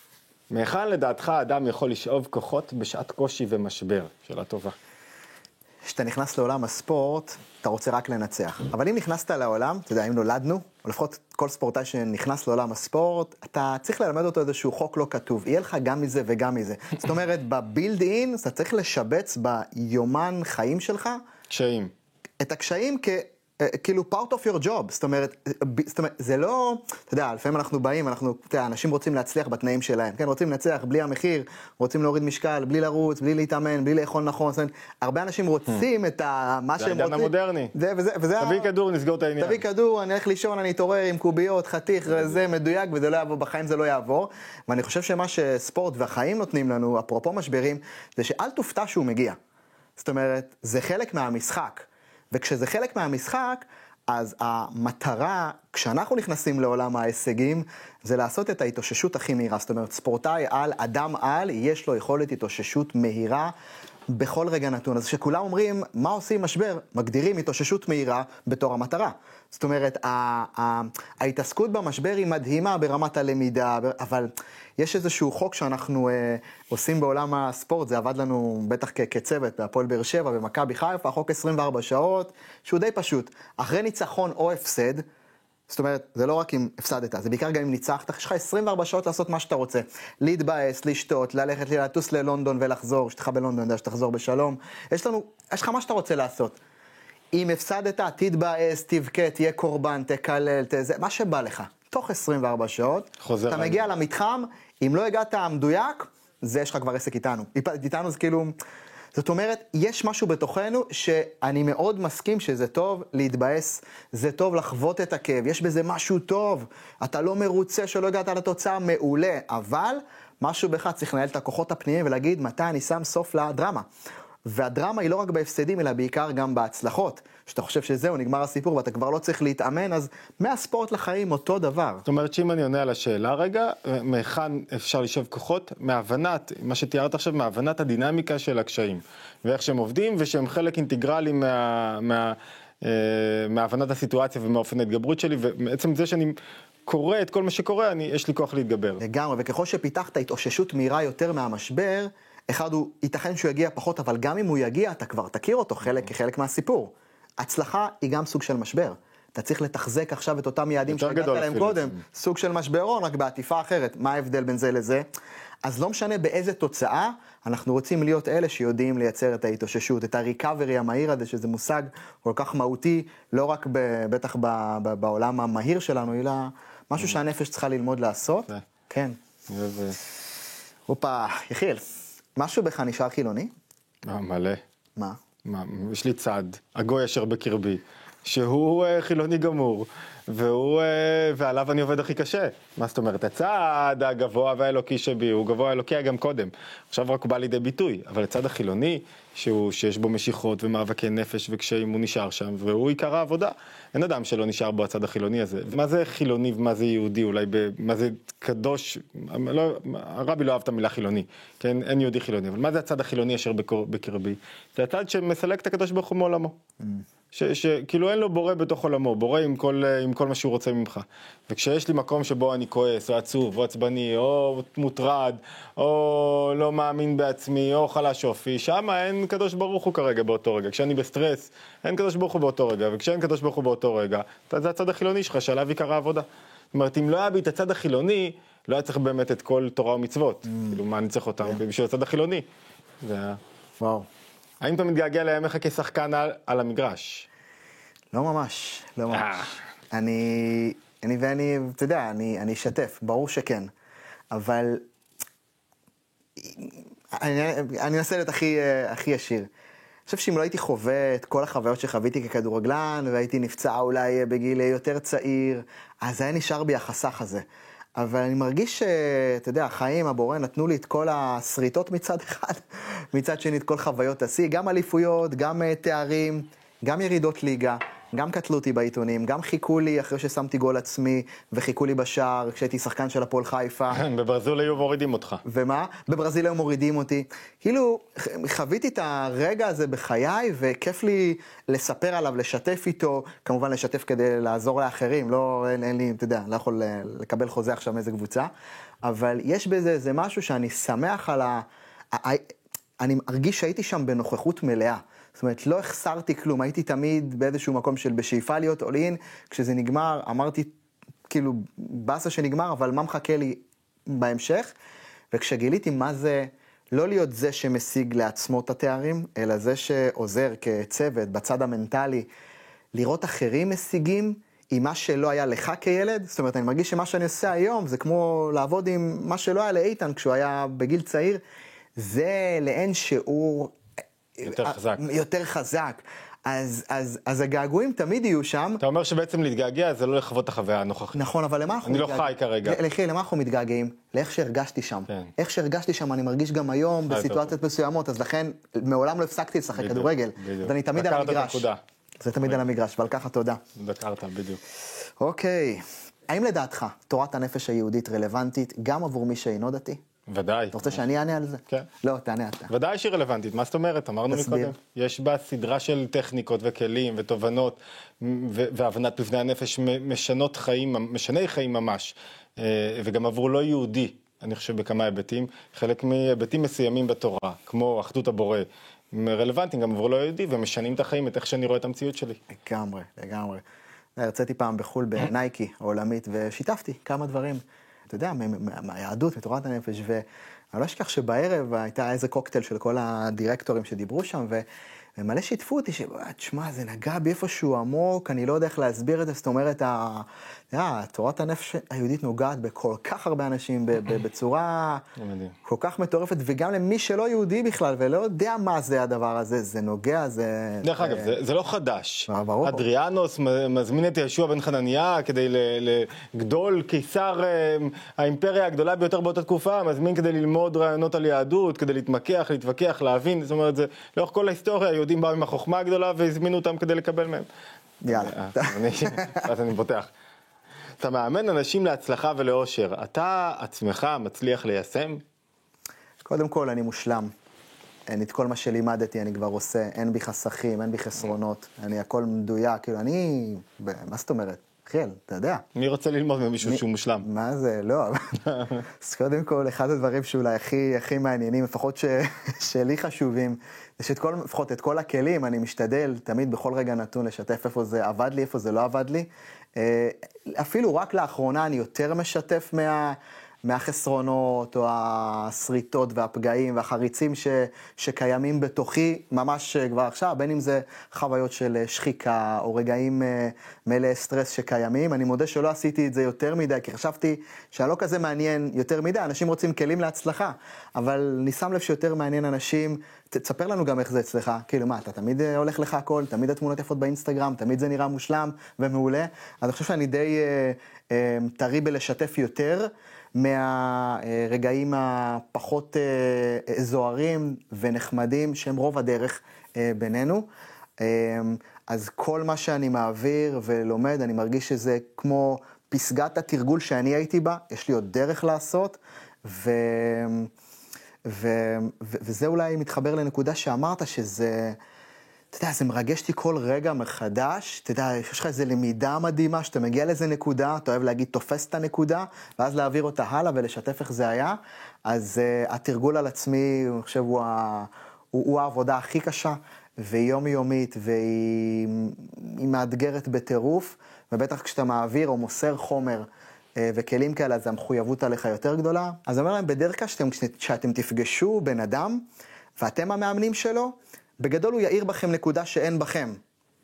מהיכן לדעתך האדם יכול לשאוב כוחות בשעת קושי ומשבר? שאלה טובה. כשאתה נכנס לעולם הספורט, אתה רוצה רק לנצח. אבל אם נכנסת לעולם, אתה יודע, אם נולדנו, או לפחות כל ספורטאי שנכנס לעולם הספורט, אתה צריך ללמד אותו איזשהו חוק לא כתוב. יהיה לך גם מזה וגם מזה. זאת אומרת, בבילד אין, אתה צריך לשבץ ביומן חיים שלך. קשיים. את הקשיים כ... כאילו part of your job, זאת אומרת, זאת אומרת, זה לא, אתה יודע, לפעמים אנחנו באים, אנחנו, אתה יודע, אנשים רוצים להצליח בתנאים שלהם, כן, רוצים לנצח בלי המחיר, רוצים להוריד משקל, בלי לרוץ, בלי להתאמן, בלי לאכול נכון, זאת אומרת, הרבה אנשים רוצים את ה, מה שהם רוצים. זה העידן המודרני. זה, וזה, וזה תביא כדור, נסגור את העניין. תביא כדור, אני הולך לישון, אני אתעורר עם קוביות, חתיך, זה מדויק, וזה לא יעבור, בחיים זה לא יעבור. ואני חושב שמה שספורט והחיים נותנים לנו, אפרופו משברים, זה שאל תופתע שהוא מגיע. זאת אומרת, זה חלק מהמשחק. וכשזה חלק מהמשחק, אז המטרה, כשאנחנו נכנסים לעולם ההישגים, זה לעשות את ההתאוששות הכי מהירה. זאת אומרת, ספורטאי על, אדם על, יש לו יכולת התאוששות מהירה בכל רגע נתון. אז כשכולם אומרים, מה עושים משבר? מגדירים התאוששות מהירה בתור המטרה. זאת אומרת, ההתעסקות במשבר היא מדהימה ברמת הלמידה, אבל יש איזשהו חוק שאנחנו עושים בעולם הספורט, זה עבד לנו בטח כצוות, בהפועל באר שבע, במכבי חיפה, חוק עשרים וארבע שעות, שהוא די פשוט. אחרי ניצחון או הפסד, זאת אומרת, זה לא רק אם הפסדת, זה בעיקר גם אם ניצחת, יש לך עשרים וארבע שעות לעשות מה שאתה רוצה. להתבאס, לשתות, ללכת, לטוס ללונדון ולחזור, שתך בלונדון, יודע שתחזור בשלום. יש לנו, יש לך מה שאתה רוצה לעשות. אם הפסדת, תתבאס, תבכה, תהיה קורבן, תקלל, תזה, מה שבא לך. תוך עשרים וארבע שעות, אתה מגיע למתחם, אם לא הגעת המדויק, זה יש לך כבר עסק איתנו. איתנו זה כאילו... זאת אומרת, יש משהו בתוכנו שאני מאוד מסכים שזה טוב להתבאס, זה טוב לחוות את הכאב, יש בזה משהו טוב, אתה לא מרוצה שלא הגעת לתוצאה מעולה, אבל משהו בך צריך לנהל את הכוחות הפנימיים ולהגיד מתי אני שם סוף לדרמה. והדרמה היא לא רק בהפסדים, אלא בעיקר גם בהצלחות. שאתה חושב שזהו, נגמר הסיפור ואתה כבר לא צריך להתאמן, אז מהספורט לחיים אותו דבר. זאת אומרת שאם אני עונה על השאלה רגע, מהיכן אפשר לשאוב כוחות? מהבנת, מה שתיארת עכשיו, מהבנת הדינמיקה של הקשיים. ואיך שהם עובדים, ושהם חלק אינטגרלי מה, מה, אה, מהבנת הסיטואציה ומאופן ההתגברות שלי, ובעצם זה שאני קורא את כל מה שקורה, אני, יש לי כוח להתגבר. לגמרי, וככל שפיתחת התאוששות מהירה יותר מהמשבר, אחד הוא, ייתכן שהוא יגיע פחות, אבל גם אם הוא יגיע, אתה כבר תכיר אותו חלק כחלק מהסיפור. הצלחה היא גם סוג של משבר. אתה צריך לתחזק עכשיו את אותם יעדים שהגעת להם קודם. סוג של משברון, רק בעטיפה אחרת. מה ההבדל בין זה לזה? אז לא משנה באיזה תוצאה, אנחנו רוצים להיות אלה שיודעים לייצר את ההתאוששות, את הריקאברי המהיר הזה, שזה מושג כל כך מהותי, לא רק ב, בטח ב, ב, בעולם המהיר שלנו, אלא משהו שהנפש צריכה ללמוד לעשות. כן. הופה, יחיאל. משהו בך נשאר חילוני? מלא. מה? מה? יש לי צד, הגוי אשר בקרבי, שהוא uh, חילוני גמור, והוא, uh, ועליו אני עובד הכי קשה. מה זאת אומרת? הצד הגבוה והאלוקי שבי, הוא גבוה האלוקי גם קודם. עכשיו רק הוא בא לידי ביטוי, אבל הצד החילוני, שהוא, שיש בו משיכות ומאבקי נפש וקשיים, הוא נשאר שם, והוא עיקר העבודה. אין אדם שלא נשאר בו הצד החילוני הזה. מה זה חילוני ומה זה יהודי? אולי ב, מה זה קדוש? לא, הרבי לא אהב את המילה חילוני, כן? אין יהודי חילוני. אבל מה זה הצד החילוני אשר בקרבי? זה הצד שמסלק את הקדוש ברוך הוא מעולמו. Mm. שכאילו אין לו בורא בתוך עולמו, בורא עם כל, עם כל מה שהוא רוצה ממך. וכשיש לי מקום שבו אני כועס, או עצוב, או עצבני, או מוטרד, או לא מאמין בעצמי, או חלש אופי, שם אין קדוש ברוך הוא כרגע באותו רגע. כשאני בסטרס, אין קדוש ברוך הוא באותו רגע, וכשאין קדוש ברוך הוא באותו רגע, זה הצד החילוני שלך, שעליו עיקר העבודה. זאת אומרת, אם לא היה בי את הצד החילוני, לא היה צריך באמת את כל תורה ומצוות. Mm. כאילו, מה אני צריך אותם? Yeah. בשביל הצד החילוני. זה... וואו. האם אתה מתגעגע לימיך כשחקן על, על המגרש? לא ממש, לא ממש. אני, אני ואני, אתה יודע, אני, אני אשתף, ברור שכן. אבל אני, אני אנסה להיות הכי, הכי ישיר. אני חושב שאם לא הייתי חווה את כל החוויות שחוויתי ככדורגלן, והייתי נפצע אולי בגיל יותר צעיר, אז היה נשאר בי החסך הזה. אבל אני מרגיש שאתה יודע, החיים, הבורא, נתנו לי את כל הסריטות מצד אחד, מצד שני את כל חוויות השיא, גם אליפויות, גם תארים, גם ירידות ליגה, גם קטלו אותי בעיתונים, גם חיכו לי אחרי ששמתי גול עצמי, וחיכו לי בשער כשהייתי שחקן של הפועל חיפה. בברזיל היו מורידים אותך. ומה? בברזיל היו מורידים אותי. כאילו, חוויתי את הרגע הזה בחיי, וכיף לי לספר עליו, לשתף איתו, כמובן לשתף כדי לעזור לאחרים, לא, אין, אין לי, אתה יודע, לא יכול לקבל חוזה עכשיו מאיזה קבוצה, אבל יש בזה, זה משהו שאני שמח על ה... אני ארגיש שהייתי שם בנוכחות מלאה. זאת אומרת, לא החסרתי כלום, הייתי תמיד באיזשהו מקום של בשאיפה להיות אולין, כשזה נגמר, אמרתי, כאילו, בסה שנגמר, אבל מה מחכה לי בהמשך? וכשגיליתי מה זה, לא להיות זה שמשיג לעצמו את התארים, אלא זה שעוזר כצוות, בצד המנטלי, לראות אחרים משיגים עם מה שלא היה לך כילד. זאת אומרת, אני מרגיש שמה שאני עושה היום, זה כמו לעבוד עם מה שלא היה לאיתן כשהוא היה בגיל צעיר, זה לאין שיעור יותר חזק. יותר חזק. אז, אז, אז הגעגועים תמיד יהיו שם. אתה אומר שבעצם להתגעגע זה לא לחוות את החוויה הנוכחית. נכון, אבל למה אנחנו מתגעגעים? אני לא חי כרגע. לכי, למה אנחנו מתגעגעים? לאיך שהרגשתי שם. כן. איך שהרגשתי שם אני מרגיש גם היום בסיטואציות מסוימות, אז לכן מעולם לא הפסקתי לשחק כדורגל. ואני תמיד על המגרש. זה תמיד על המגרש, ועל ככה תודה. דקרת, בדיוק. אוקיי. האם לדעתך תורת הנפש היהודית רלוונטית גם עבור מי שאינו דתי? ודאי. אתה רוצה שאני אענה על זה? כן. לא, תענה אתה. ודאי שהיא רלוונטית, מה זאת אומרת? אמרנו תסביר. מקודם. יש בה סדרה של טכניקות וכלים ותובנות ו- והבנת מבנה הנפש משנות חיים, משני חיים ממש. אה, וגם עבור לא יהודי, אני חושב בכמה היבטים, חלק מהיבטים מסוימים בתורה, כמו אחדות הבורא, רלוונטיים גם עבור לא יהודי ומשנים את החיים, את איך שאני רואה את המציאות שלי. לגמרי, לגמרי. הרציתי פעם בחול בנייקי העולמית ושיתפתי כמה דברים. אתה יודע, מהיהדות, מתורת הנפש, ואני לא אשכח שבערב הייתה איזה קוקטייל של כל הדירקטורים שדיברו שם, ומלא שיתפו אותי, שתשמע, זה נגע בי איפשהו עמוק, אני לא יודע איך להסביר את זה, זאת אומרת, תורת הנפש היהודית נוגעת בכל כך הרבה אנשים, בצורה כל כך מטורפת, וגם למי שלא יהודי בכלל, ולא יודע מה זה הדבר הזה, זה נוגע, זה... דרך אגב, זה לא חדש. ברור. אדריאנוס מזמין את ישוע בן חנניה כדי לגדול קיסר האימפריה הגדולה ביותר באותה תקופה, מזמין כדי ללמוד רעיונות על יהדות, כדי להתמקח, להתווכח, להבין, זאת אומרת, זה לאורך כל ההיסטוריה, היהודים באו עם החוכמה הגדולה והזמינו אותם כדי לקבל מהם. יאללה. אז אני פותח. אתה מאמן אנשים להצלחה ולאושר, אתה עצמך מצליח ליישם? קודם כל, אני מושלם. אין את כל מה שלימדתי, אני כבר עושה, אין בי חסכים, אין בי חסרונות, אני הכל מדויק, כאילו, אני, מה זאת אומרת? חיל, אתה יודע. מי רוצה ללמוד ממישהו שהוא מושלם? מה זה? לא. אז קודם כל, אחד הדברים שאולי הכי, הכי מעניינים, לפחות ש, שלי חשובים, זה שאת כל, לפחות את כל הכלים, אני משתדל תמיד בכל רגע נתון לשתף איפה זה עבד לי, איפה זה לא עבד לי. אפילו רק לאחרונה אני יותר משתף מה... מהחסרונות או הסריטות והפגעים והחריצים ש, שקיימים בתוכי ממש כבר עכשיו, בין אם זה חוויות של שחיקה או רגעים מלא סטרס שקיימים. אני מודה שלא עשיתי את זה יותר מדי, כי חשבתי שאני לא כזה מעניין יותר מדי, אנשים רוצים כלים להצלחה, אבל אני שם לב שיותר מעניין אנשים, תספר לנו גם איך זה אצלך, כאילו מה, אתה תמיד הולך לך הכל, תמיד התמונות יפות באינסטגרם, תמיד זה נראה מושלם ומעולה, אז אני חושב שאני די אה, אה, טרי בלשתף יותר, מהרגעים הפחות זוהרים ונחמדים שהם רוב הדרך בינינו. אז כל מה שאני מעביר ולומד, אני מרגיש שזה כמו פסגת התרגול שאני הייתי בה, יש לי עוד דרך לעשות, ו... ו... ו... וזה אולי מתחבר לנקודה שאמרת שזה... אתה יודע, זה מרגש לי כל רגע מחדש, אתה יודע, יש לך איזו למידה מדהימה, שאתה מגיע לאיזה נקודה, אתה אוהב להגיד, תופס את הנקודה, ואז להעביר אותה הלאה ולשתף איך זה היה, אז uh, התרגול על עצמי, אני חושב, הוא, ה... הוא, הוא העבודה הכי קשה, והיא יומיומית, והיא מאתגרת בטירוף, ובטח כשאתה מעביר או מוסר חומר, uh, וכלים כאלה, אז המחויבות עליך יותר גדולה. אז אני אומר להם, בדרך כלל שאתם, שאתם תפגשו בן אדם, ואתם המאמנים שלו, בגדול הוא יאיר בכם נקודה שאין בכם.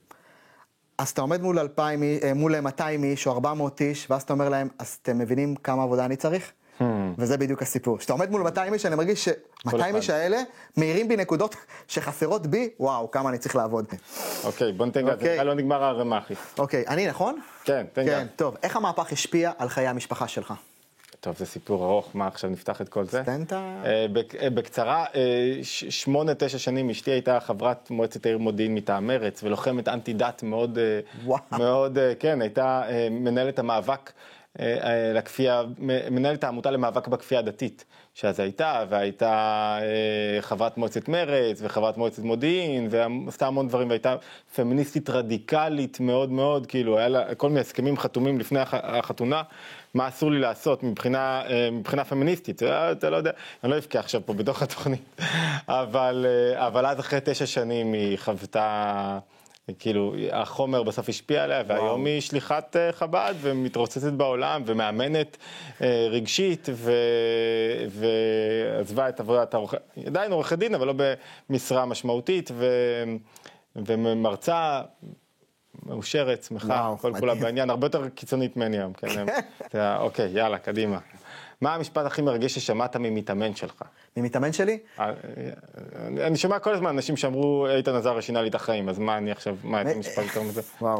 אז אתה עומד מול, אלפיים, מול מאתיים איש או ארבע מאות איש, ואז אתה אומר להם, אז אתם מבינים כמה עבודה אני צריך? Hmm. וזה בדיוק הסיפור. כשאתה עומד מול מאתיים איש, אני מרגיש ש-מאתיים איש האלה מאירים בי נקודות שחסרות בי, וואו, כמה אני צריך לעבוד. אוקיי, בוא נתן גז, זה לא נגמר הרמחי. אוקיי, אני נכון? כן, תן גז. כן, טוב, איך המהפך השפיע על חיי המשפחה שלך? טוב, זה סיפור ארוך, מה עכשיו נפתח את כל זה? סטנטה. בקצרה, שמונה, תשע שנים, אשתי הייתה חברת מועצת העיר מודיעין מטעם מרץ, ולוחמת אנטי דת מאוד, מאוד, כן, הייתה מנהלת המאבק לכפייה, מנהלת העמותה למאבק בכפייה הדתית, שאז הייתה, והייתה חברת מועצת מרץ, וחברת מועצת מודיעין, ועשתה המון דברים, והייתה פמיניסטית רדיקלית מאוד מאוד, כאילו, היה לה כל מיני הסכמים חתומים לפני החתונה, מה אסור לי לעשות מבחינה, מבחינה פמיניסטית, אתה לא יודע, אני לא אבכה עכשיו פה בתוך התוכנית, אבל, אבל אז אחרי תשע שנים היא חוותה, כאילו, החומר בסוף השפיע עליה, והיום היא שליחת חב"ד ומתרוצצת בעולם ומאמנת רגשית, ועזבה את עבודת העורכי, עדיין עורכת דין, אבל לא במשרה משמעותית, ומרצה מאושרת, שמחה, כל כולה בעניין, הרבה יותר קיצונית ממני היום, כן? אוקיי, יאללה, קדימה. מה המשפט הכי מרגש ששמעת ממתאמן שלך? ממתאמן שלי? אני שומע כל הזמן אנשים שאמרו, איתן עזריה שינה לי את החיים, אז מה אני עכשיו, מה את המשפט יותר מזה? וואו.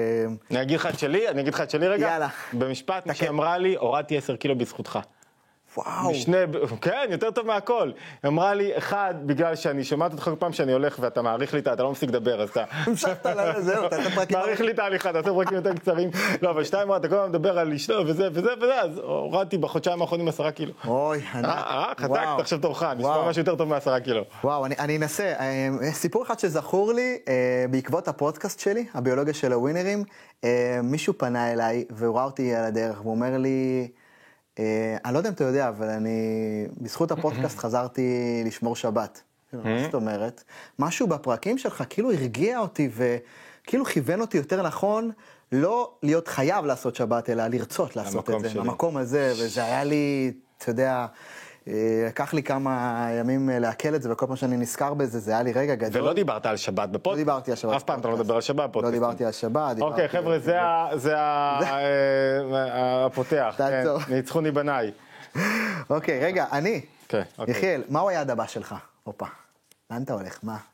אני אגיד לך את שלי, אני אגיד לך את שלי רגע? יאללה. במשפט, מישהי אמרה לי, הורדתי עשר קילו בזכותך. וואו. משנה, כן, יותר טוב מהכל. היא אמרה לי, אחד, בגלל שאני שומעת אותך כל פעם שאני הולך ואתה מעריך לי את ה... אתה לא מפסיק לדבר, אז אתה... המשכת לזהו, אתה עושה פרקים... מעריך לי את ההליכה, אתה עושה פרקים יותר קצרים. לא, אבל שתיים, אתה כל הזמן מדבר על אשתו וזה וזה וזה, אז הורדתי בחודשיים האחרונים עשרה קילו. אוי, אה, אה, חזק, עכשיו תורך, נשמע משהו יותר טוב מעשרה קילו. וואו, אני, אני אנסה. סיפור אחד שזכור לי, בעקבות הפודקאסט שלי, הביולוגיה של הווינרים, מישהו פנה אליי והוא ראה אותי על הדרך, והוא אומר לי, אני לא יודע אם אתה יודע, אבל אני, בזכות הפודקאסט חזרתי לשמור שבת. מה זאת אומרת? משהו בפרקים שלך כאילו הרגיע אותי וכאילו כיוון אותי יותר נכון, לא להיות חייב לעשות שבת, אלא לרצות לעשות את זה, במקום הזה, וזה היה לי, אתה יודע, לקח לי כמה ימים לעכל את זה, וכל פעם שאני נזכר בזה, זה היה לי רגע גדול. ולא דיברת על שבת בפודקאסט? לא דיברתי על שבת. אף פעם אתה לא מדבר על שבת בפודקאסט. לא דיברתי על שבת. אוקיי, חבר'ה, זה הפותח. ניצחוני בניי. אוקיי, רגע, אני. יחיאל, מהו היעד הבא שלך? הופה. לאן אתה הולך? מה?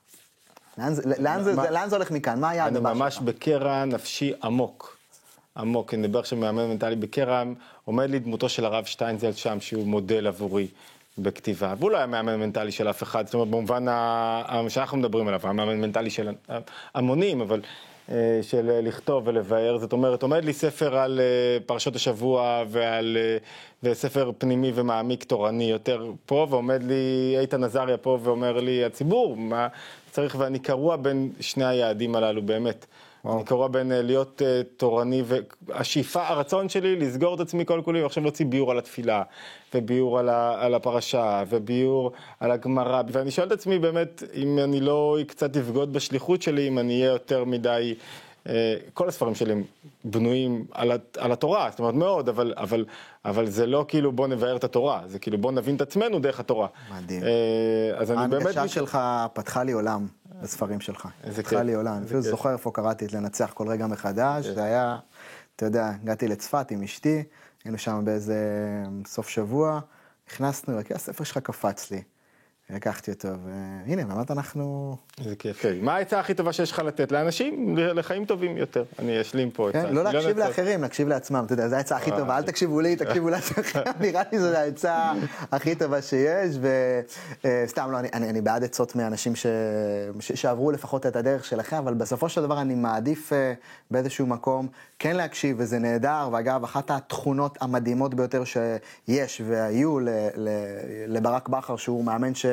לאן זה הולך מכאן? מה היעד הבא שלך? אני ממש בקרע נפשי עמוק. עמוק, אני מדבר עכשיו מאמן מנטלי בקרע, עומד לי דמותו של הרב שטיינזלץ שם, שהוא מודל עבורי בכתיבה, והוא לא היה מאמן מנטלי של אף אחד, זאת אומרת, במובן שאנחנו מדברים עליו, המאמן מנטלי של המונים, אבל של לכתוב ולבאר, זאת אומרת, עומד לי ספר על פרשות השבוע ועל וספר פנימי ומעמיק תורני יותר פה, ועומד לי איתן עזריה פה ואומר לי, הציבור, מה צריך, ואני קרוע בין שני היעדים הללו, באמת. אני קורא בין להיות תורני, והשאיפה, הרצון שלי לסגור את עצמי כל כולי, ועכשיו להוציא ביור על התפילה, וביור על, ה, על הפרשה, וביור על הגמרא, ואני שואל את עצמי באמת, אם אני לא קצת אבגוד בשליחות שלי, אם אני אהיה יותר מדי, כל הספרים שלי בנויים על, על התורה, זאת אומרת מאוד, אבל, אבל, אבל זה לא כאילו בוא נבאר את התורה, זה כאילו בוא נבין את עצמנו דרך התורה. מדהים. אז אני באמת... ההנגשה שלך פתחה לי עולם. בספרים שלך. פתחה לי עולם. אפילו זוכר איפה קראתי את לנצח כל רגע מחדש, זה היה, אתה יודע, הגעתי לצפת עם אשתי, היינו שם באיזה סוף שבוע, נכנסנו, וכי הספר שלך קפץ לי. לקחתי אותו, והנה, באמת אנחנו... זה כיף. מה העצה הכי טובה שיש לך לתת לאנשים? לחיים טובים יותר. אני אשלים פה עצה. לא להקשיב לאחרים, להקשיב לעצמם. אתה יודע, זו העצה הכי טובה. אל תקשיבו לי, תקשיבו לעצמכם. נראה לי זו העצה הכי טובה שיש, וסתם, לא, אני בעד עצות מאנשים שעברו לפחות את הדרך שלכם, אבל בסופו של דבר אני מעדיף באיזשהו מקום כן להקשיב, וזה נהדר, ואגב, אחת התכונות המדהימות ביותר שיש והיו לברק בכר, שהוא מאמן ש...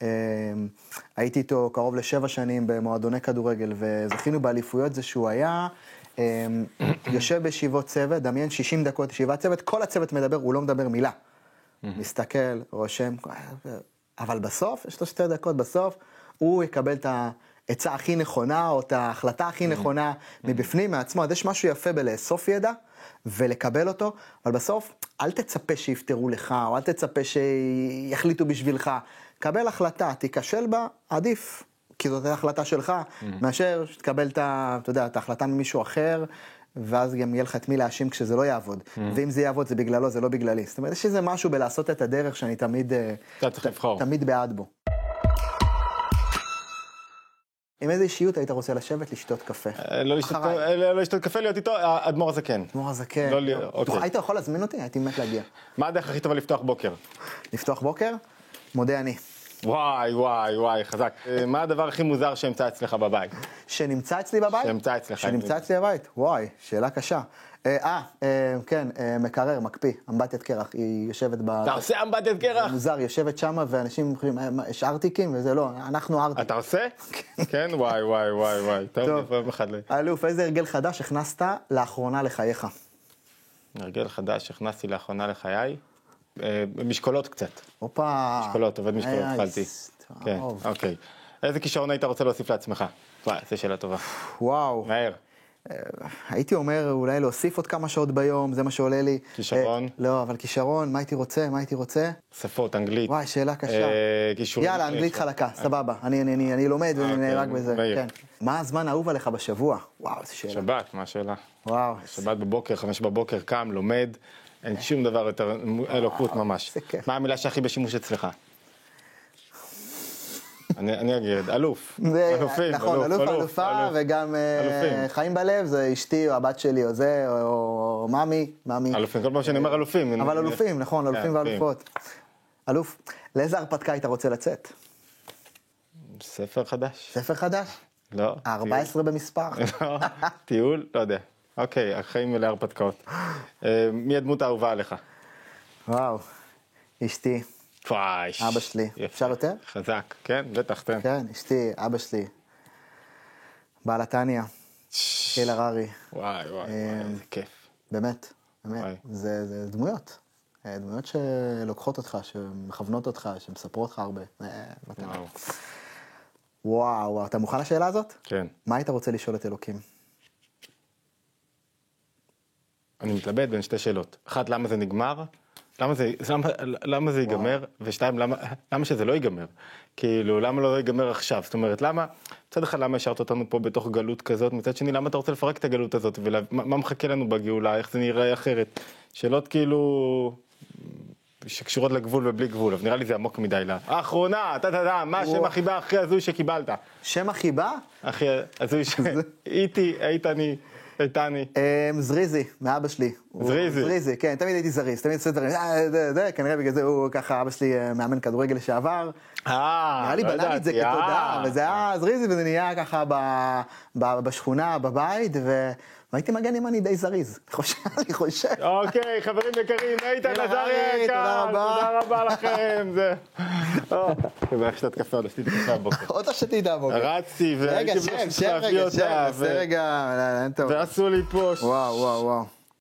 הייתי איתו קרוב לשבע שנים במועדוני כדורגל, וזכינו באליפויות, זה שהוא היה יושב בישיבות צוות, דמיין שישים דקות ישיבת צוות, כל הצוות מדבר, הוא לא מדבר מילה. מסתכל, רושם, אבל בסוף, יש לו שתי דקות בסוף, הוא יקבל את העצה הכי נכונה, או את ההחלטה הכי נכונה מבפנים, מעצמו. אז יש משהו יפה בלאסוף ידע, ולקבל אותו, אבל בסוף, אל תצפה שיפתרו לך, או אל תצפה שיחליטו בשבילך. קבל החלטה, תיכשל בה, עדיף, כי זאת החלטה שלך, מאשר שתקבל את, אתה יודע, את ההחלטה ממישהו אחר, ואז גם יהיה לך את מי להאשים כשזה לא יעבוד. ואם זה יעבוד, זה בגללו, זה לא בגללי. זאת אומרת, יש איזה משהו בלעשות את הדרך שאני תמיד, תמיד בעד בו. עם איזה אישיות היית רוצה לשבת, לשתות קפה? לא לשתות קפה, להיות איתו, אדמו"ר הזקן. אדמו"ר הזקן. היית יכול להזמין אותי? הייתי מת להגיע. מה הדרך הכי טובה לפתוח בוקר? לפתוח בוקר? מודה אני. וואי, וואי, וואי, חזק. מה הדבר הכי מוזר שנמצא אצלך בבית? שנמצא אצלי בבית? שנמצא אצלך. שנמצא אצלי בבית? וואי, שאלה קשה. אה, כן, מקרר, מקפיא, אמבטיית קרח, היא יושבת ב... אתה עושה אמבטיית קרח? זה מוזר, יושבת שמה ואנשים יכולים, יש ארטיקים וזה לא, אנחנו ארטיק. אתה עושה? כן, וואי, וואי, וואי, וואי. טוב, אחד לי. אלוף, איזה הרגל חדש הכנסת לאחרונה לחייך? הרגל חדש הכנסתי לאחרונה לחיי? משקולות קצת. הופה. משקולות, עובד משקולות, התחלתי. כן, אוקיי. איזה כישרון היית רוצה להוסיף לעצמך? וואי, זו שאלה טובה. וואו. מהר. הייתי אומר אולי להוסיף עוד כמה שעות ביום, זה מה שעולה לי. כישרון? לא, אבל כישרון, מה הייתי רוצה? מה הייתי רוצה? שפות, אנגלית. וואי, שאלה קשה. יאללה, אנגלית חלקה, סבבה. אני לומד ונהרג בזה. מה הזמן האהוב עליך בשבוע? וואו, זו שאלה. שבת, מה השאלה? וואו. שבת בבוקר, חמש בבוקר, קם, לומד. אין שום דבר יותר אלוקות ממש. מה המילה שהכי בשימוש אצלך? אני אני אגיד, אלוף. זה- אלופים, נכון, אלוף, אלופה, אלוף. וגם אה, אלופים. חיים בלב, זה אשתי או הבת שלי או זה, או או מאמי, מאמי. אלופים, כל פעם שאני אומר אלופים. אבל אני- אלופים, נכון, אלופים כן, ואלופות. אלוף, לאיזה הרפתקה היית רוצה לצאת? ספר חדש? ספר חדש? לא. ה-ארבע עשרה במספר. טיול? טיול? לא יודע. אוקיי, החיים מלא הרפתקאות. אה, מי הדמות האהובה עליך? וואו, אשתי, וואי. אבא שלי. יפה. אפשר יותר? חזק, כן, בטח, תן. כן, אשתי, אבא שלי. בעלה טניה, חיל הררי, וואי, וואי, וואי, איזה כיף. באמת, באמת. וואי. זה, זה דמויות. אה, דמויות שלוקחות אותך, שמכוונות אותך, שמספרות לך הרבה. אה, מתנה. וואו. וואו, אתה מוכן לשאלה הזאת? כן. מה היית רוצה לשאול את אלוקים? אני מתלבט בין שתי שאלות. אחת, למה זה נגמר? למה זה, למה, למה זה ייגמר? ושתיים, למה, למה שזה לא ייגמר? כאילו, למה לא ייגמר עכשיו? זאת אומרת, למה, מצד אחד, למה השארת אותנו פה בתוך גלות כזאת? מצד שני, למה אתה רוצה לפרק את הגלות הזאת? ומה מה מחכה לנו בגאולה? איך זה נראה אחרת? שאלות כאילו, שקשורות לגבול ובלי גבול, אבל נראה לי זה עמוק מדי לה. האחרונה, אתה יודע, מה השם החיבה הכי הזוי שקיבלת? שם החיבה? הכי הזוי ש... איתי, איתני, איתני. אמ, זריזי, מאבא שלי. הוא- זריזי. זריזי, כן, תמיד הייתי זריז, תמיד עושה דברים, אה, זה, זה, כנראה בגלל זה הוא ככה, אבא שלי אה, מאמן כדורגל לשעבר. אה, נראה לי לא בנה לי את זה ידעתי, כתודה, אה. וזה היה זריזי, וזה נהיה ככה ב- ב- בשכונה, בבית, ו- והייתי מגן ימני די זריז, אני חושב, אני חושב. אוקיי, חברים יקרים, איתן יאללה, עזריה היי, יקר, תודה רבה. תודה רבה לכם, זה... או, זה שתת קפה, עוד עשיתי קפה הבוקר. עוד לא שתית הבוקר. רצתי רגע, והייתי שב, בלחץ שב להביא רגע, שב, אותה, עשה רגע, אין טוב. ועשו לי פה... וואו, וואו, וואו.